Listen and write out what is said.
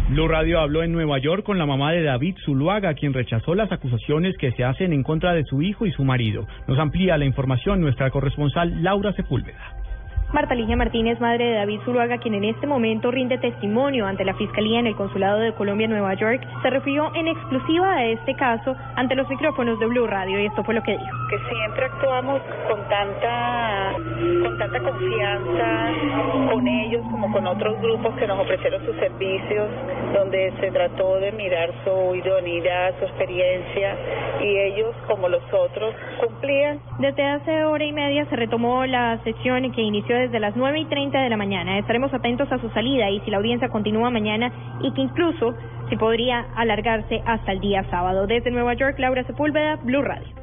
Blue Radio habló en Nueva York con la mamá de David Zuluaga, quien rechazó las acusaciones que se hacen en contra de su hijo y su marido. Nos amplía la información nuestra corresponsal Laura Sepúlveda. Marta Ligia Martínez, madre de David Zuluaga, quien en este momento rinde testimonio ante la Fiscalía en el Consulado de Colombia en Nueva York, se refirió en exclusiva a este caso ante los micrófonos de Blue Radio y esto fue lo que dijo. Que siempre actuamos con tanta confianza con ellos como con otros grupos que nos ofrecieron sus servicios, donde se trató de mirar su idoneidad, su experiencia, y ellos, como los otros, cumplían. Desde hace hora y media se retomó la sesión que inició desde las 9:30 de la mañana. Estaremos atentos a su salida y si la audiencia continúa mañana y que incluso se podría alargarse hasta el día sábado. Desde Nueva York, Laura Sepúlveda, Blue Radio.